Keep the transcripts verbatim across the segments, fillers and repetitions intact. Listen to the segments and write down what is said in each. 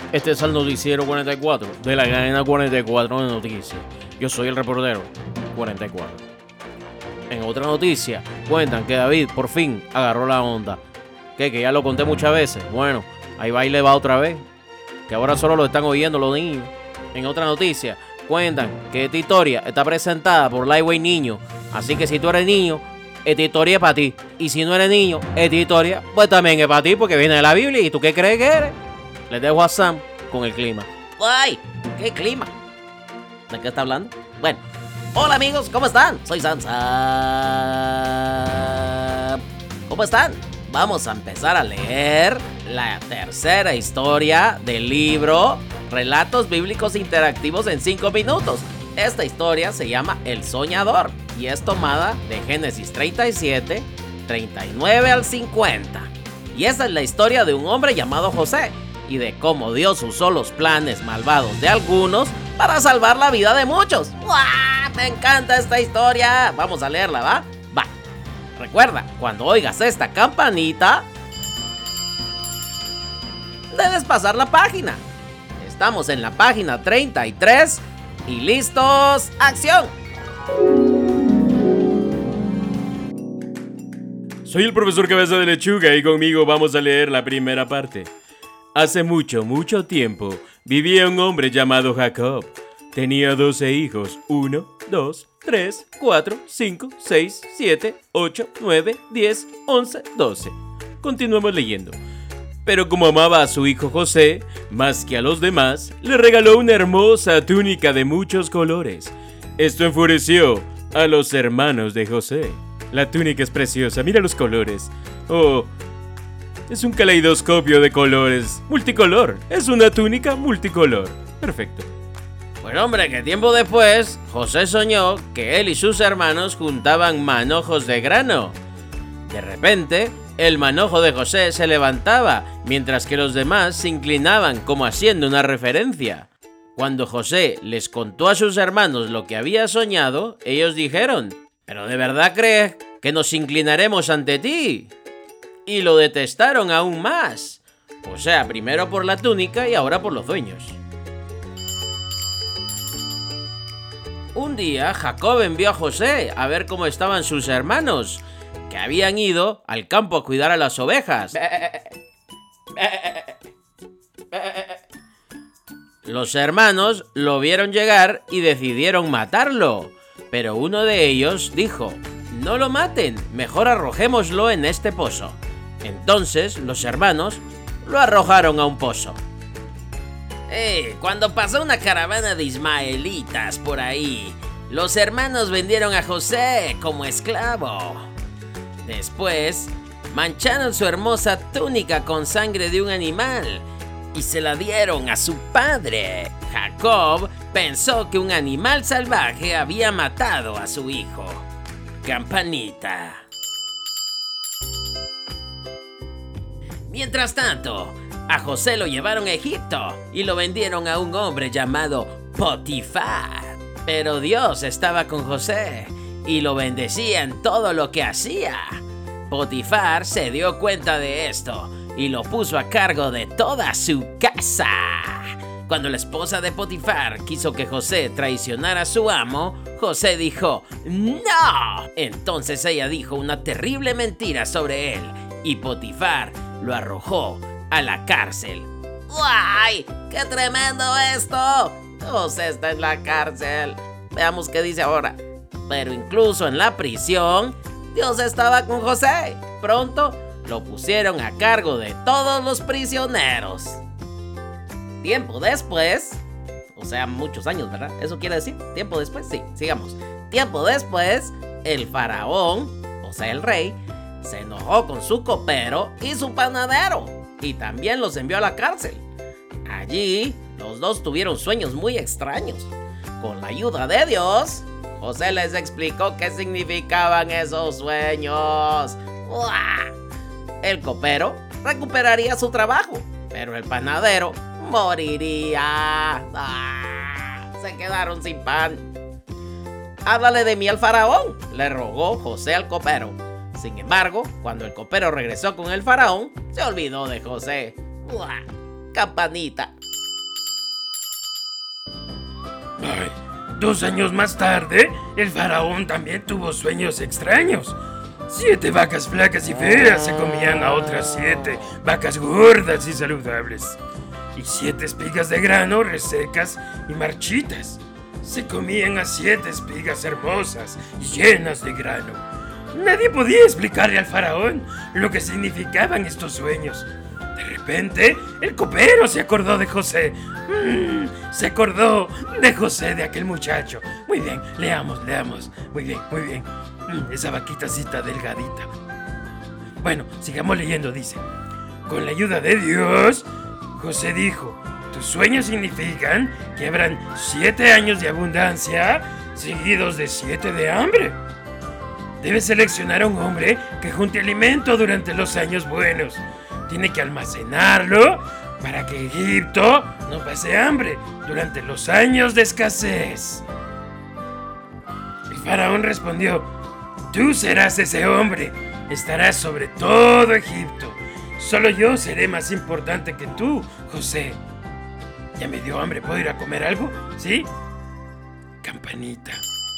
Este es el noticiero cuarenta y cuatro de la cadena cuarenta y cuatro de noticias. Yo soy el reportero cuarenta y cuatro. En otra noticia, cuentan que David por fin agarró la onda. ¿Qué? Que ya lo conté muchas veces. Bueno, ahí va y le va otra vez. Que ahora solo lo están oyendo los niños. En otra noticia, cuentan que esta historia está presentada por Lightway Niño. Así que si tú eres niño, esta historia es para ti. Y si no eres niño, esta historia pues también es para ti porque viene de la Biblia. ¿Y tú qué crees que eres? Les dejo a Sam con el clima. ¡Ay! ¿Qué clima? ¿De qué está hablando? Bueno, hola amigos, ¿cómo están? Soy Sam Sam. ¿Cómo están? Vamos a empezar a leer la tercera historia del libro Relatos Bíblicos Interactivos en cinco minutos. Esta historia se llama El Soñador y es tomada de Génesis treinta y siete, treinta y nueve al cincuenta. Y esa es la historia de un hombre llamado José y de cómo Dios usó los planes malvados de algunos para salvar la vida de muchos. ¡Guau! Me encanta esta historia. Vamos a leerla, ¿va? Va. Recuerda, cuando oigas esta campanita, debes pasar la página. Estamos en la página treinta y tres y listos, ¡acción! Soy el profesor Cabeza de Lechuga y conmigo vamos a leer la primera parte. Hace mucho, mucho tiempo, vivía un hombre llamado Jacob. Tenía doce hijos. Uno, dos, tres, cuatro, cinco, seis, siete, ocho, nueve, diez, once, doce. Continuemos leyendo. Pero como amaba a su hijo José, más que a los demás, le regaló una hermosa túnica de muchos colores. Esto enfureció a los hermanos de José. La túnica es preciosa, mira los colores. Oh, es un caleidoscopio de colores, multicolor. Es una túnica multicolor. Perfecto. Bueno, hombre, que tiempo después, José soñó que él y sus hermanos juntaban manojos de grano. De repente, el manojo de José se levantaba, mientras que los demás se inclinaban como haciendo una reverencia. Cuando José les contó a sus hermanos lo que había soñado, ellos dijeron: ¿pero de verdad crees que nos inclinaremos ante ti? Y lo detestaron aún más. O sea, primero por la túnica y ahora por los dueños. Un día, Jacob envió a José a ver cómo estaban sus hermanos, que habían ido al campo a cuidar a las ovejas. Los hermanos lo vieron llegar y decidieron matarlo, pero uno de ellos dijo: no lo maten, mejor arrojémoslo en este pozo. Entonces los hermanos lo arrojaron a un pozo. Eh, cuando pasó una caravana de ismaelitas por ahí, los hermanos vendieron a José como esclavo. Después, mancharon su hermosa túnica con sangre de un animal y se la dieron a su padre. Jacob pensó que un animal salvaje había matado a su hijo. Campanita. Mientras tanto, a José lo llevaron a Egipto y lo vendieron a un hombre llamado Potifar. Pero Dios estaba con José y lo bendecía en todo lo que hacía. Potifar se dio cuenta de esto y lo puso a cargo de toda su casa. Cuando la esposa de Potifar quiso que José traicionara a su amo, José dijo: ¡no! Entonces ella dijo una terrible mentira sobre él y Potifar lo arrojó a la cárcel. ¡Ay! ¡Qué tremendo esto! José está en la cárcel. Veamos qué dice ahora. Pero incluso en la prisión, Dios estaba con José. Pronto lo pusieron a cargo de todos los prisioneros. Tiempo después, o sea, muchos años, ¿verdad? ¿Eso quiere decir? ¿Tiempo después? Sí, sigamos. Tiempo después, el faraón, o sea, el rey, se enojó con su copero y su panadero y también los envió a la cárcel. Allí, los dos tuvieron sueños muy extraños. Con la ayuda de Dios, José les explicó qué significaban esos sueños. ¡Uah! El copero recuperaría su trabajo, pero el panadero moriría. ¡Ah! Se quedaron sin pan. Háblale de mí al faraón, le rogó José al copero. Sin embargo, cuando el copero regresó con el faraón, se olvidó de José. ¡Uah! Campanita. Ay, dos años más tarde, el faraón también tuvo sueños extraños. Siete vacas flacas y feas se comían a otras siete vacas gordas y saludables. Y siete espigas de grano resecas y marchitas se comían a siete espigas hermosas y llenas de grano. Nadie podía explicarle al faraón lo que significaban estos sueños. De repente, el copero se acordó de José. Mm, se acordó de José, de aquel muchacho. Muy bien, leamos, leamos. Muy bien, muy bien. Mm, esa vaquitacita delgadita. Bueno, sigamos leyendo, dice. Con la ayuda de Dios, José dijo: tus sueños significan que habrán siete años de abundancia seguidos de siete de hambre. Debes seleccionar a un hombre que junte alimento durante los años buenos. Tiene que almacenarlo para que Egipto no pase hambre durante los años de escasez. El faraón respondió: tú serás ese hombre. Estarás sobre todo Egipto. Solo yo seré más importante que tú, José. Ya me dio hambre, ¿puedo ir a comer algo? ¿Sí? Campanita.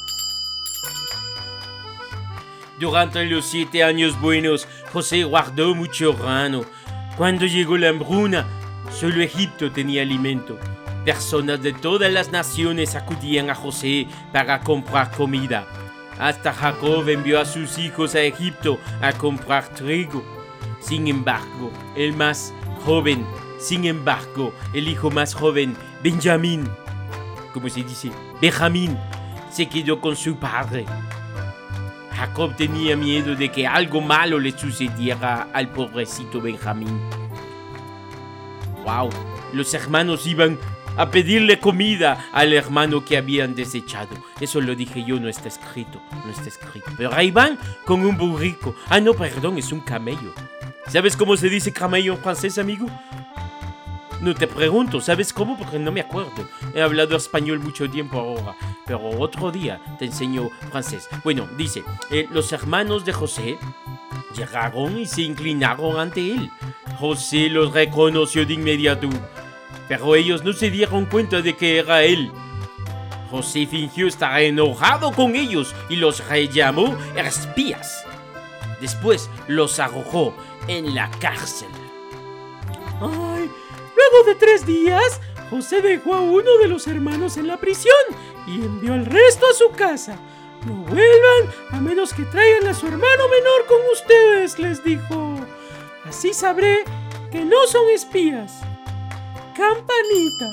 Durante los siete años buenos, José guardó mucho grano. Cuando llegó la hambruna, solo Egipto tenía alimento. Personas de todas las naciones acudían a José para comprar comida. Hasta Jacob envió a sus hijos a Egipto a comprar trigo. Sin embargo, el más joven, sin embargo, el hijo más joven, Benjamín, ¿cómo se dice? Benjamín, se quedó con su padre. Jacob tenía miedo de que algo malo le sucediera al pobrecito Benjamín. ¡Wow! Los hermanos iban a pedirle comida al hermano que habían desechado. Eso lo dije yo, no está escrito, no está escrito. Pero ahí van con un burrico. Ah, no, perdón, es un camello. ¿Sabes cómo se dice camello en francés, amigo? No te pregunto, ¿sabes cómo? Porque no me acuerdo. He hablado español mucho tiempo ahora, pero otro día te enseño francés. Bueno, dice, eh, los hermanos de José llegaron y se inclinaron ante él. José los reconoció de inmediato, pero ellos no se dieron cuenta de que era él. José fingió estar enojado con ellos y los rellamó espías. Después los arrojó en la cárcel. ¡Ay! Luego de tres días, José dejó a uno de los hermanos en la prisión y envió al resto a su casa. No vuelvan a menos que traigan a su hermano menor con ustedes, les dijo. Así sabré que no son espías. Campanita.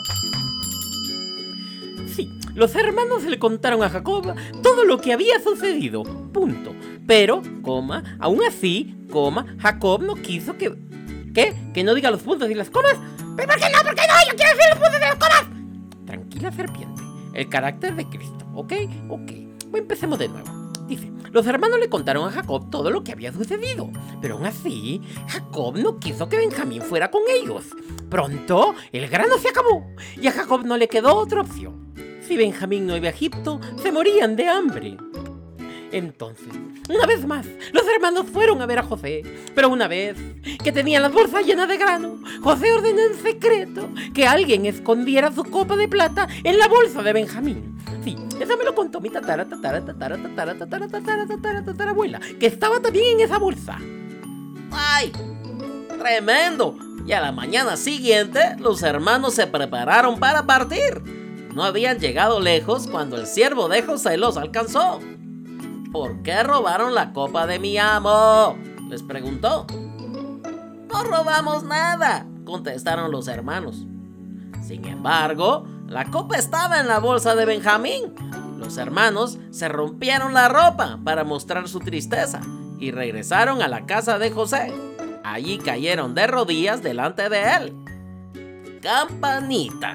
Sí, los hermanos le contaron a Jacob todo lo que había sucedido. Punto. Pero, coma, aún así, coma, Jacob no quiso que... ¿Qué? ¿Que no diga los puntos y las comas? ¿Pero por qué no? ¿Por qué no? ¡Yo quiero decir los puntos y las comas! Tranquila, serpiente. El carácter de Cristo, ¿ok? Ok. Bueno, empecemos de nuevo. Dice, los hermanos le contaron a Jacob todo lo que había sucedido. Pero aún así, Jacob no quiso que Benjamín fuera con ellos. Pronto, el grano se acabó y a Jacob no le quedó otra opción. Si Benjamín no iba a Egipto, se morían de hambre. Entonces, una vez más, los hermanos fueron a ver a José. Pero una vez que tenían las bolsas llenas de grano, José ordenó en secreto que alguien escondiera su copa de plata en la bolsa de Benjamín. Sí, eso me lo contó mi tatara, tatara, tatara, tatara, tatara, tatara, tatara, tatara, abuela, que estaba también en esa bolsa. ¡Ay! ¡Tremendo! Y a la mañana siguiente, los hermanos se prepararon para partir. No habían llegado lejos cuando el siervo de José los alcanzó. ¿Por qué robaron la copa de mi amo?, les preguntó. No robamos nada, contestaron los hermanos. Sin embargo, la copa estaba en la bolsa de Benjamín. Los hermanos se rompieron la ropa para mostrar su tristeza y regresaron a la casa de José. Allí cayeron de rodillas delante de él. Campanita.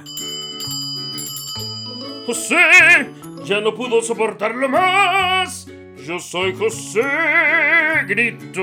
José ya no pudo soportarlo más. Yo soy José, gritó.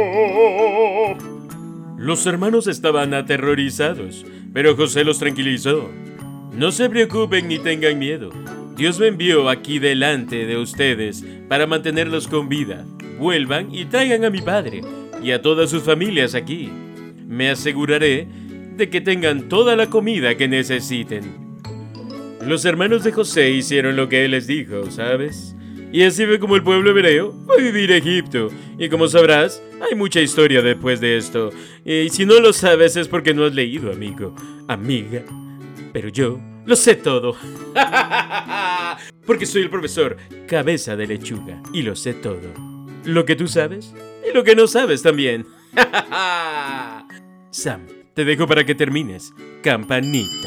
Los hermanos estaban aterrorizados, pero José los tranquilizó. No se preocupen ni tengan miedo. Dios me envió aquí delante de ustedes para mantenerlos con vida. Vuelvan y traigan a mi padre y a todas sus familias aquí. Me aseguraré de que tengan toda la comida que necesiten. Los hermanos de José hicieron lo que él les dijo, ¿sabes? Y así fue como el pueblo hebreo fue a vivir a Egipto. Y como sabrás, hay mucha historia después de esto. Y si no lo sabes es porque no has leído, amigo, amiga. Pero yo lo sé todo. Porque soy el profesor Cabeza de Lechuga y lo sé todo. Lo que tú sabes y lo que no sabes también. Sam, te dejo para que termines. Campanita.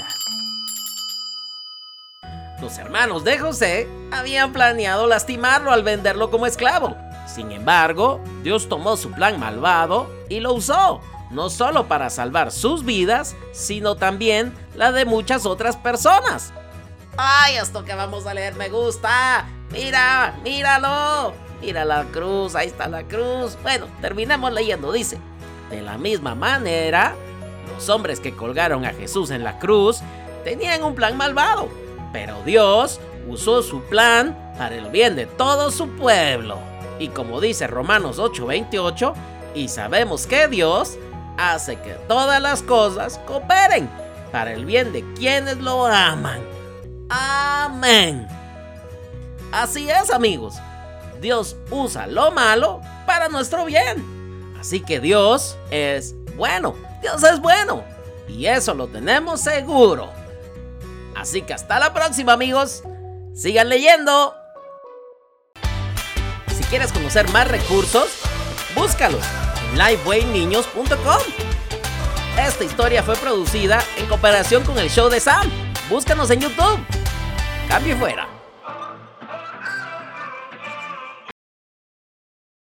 Los hermanos de José habían planeado lastimarlo al venderlo como esclavo. Sin embargo, Dios tomó su plan malvado y lo usó, no solo para salvar sus vidas, sino también la de muchas otras personas. ¡Ay, esto que vamos a leer me gusta! ¡Mira, míralo! Mira la cruz, ahí está la cruz. Bueno, terminemos leyendo, dice: de la misma manera, los hombres que colgaron a Jesús en la cruz tenían un plan malvado, pero Dios usó su plan para el bien de todo su pueblo. Y como dice Romanos ocho veintiocho, y sabemos que Dios hace que todas las cosas cooperen para el bien de quienes lo aman. Amén. Así es, amigos. Dios usa lo malo para nuestro bien. Así que Dios es bueno. Dios es bueno. Y eso lo tenemos seguro. Así que hasta la próxima, amigos. Sigan leyendo. Si quieres conocer más recursos, búscalos en liveway niños punto com. Esta historia fue producida en cooperación con el show de Sam. Búscanos en YouTube. Cambio y fuera.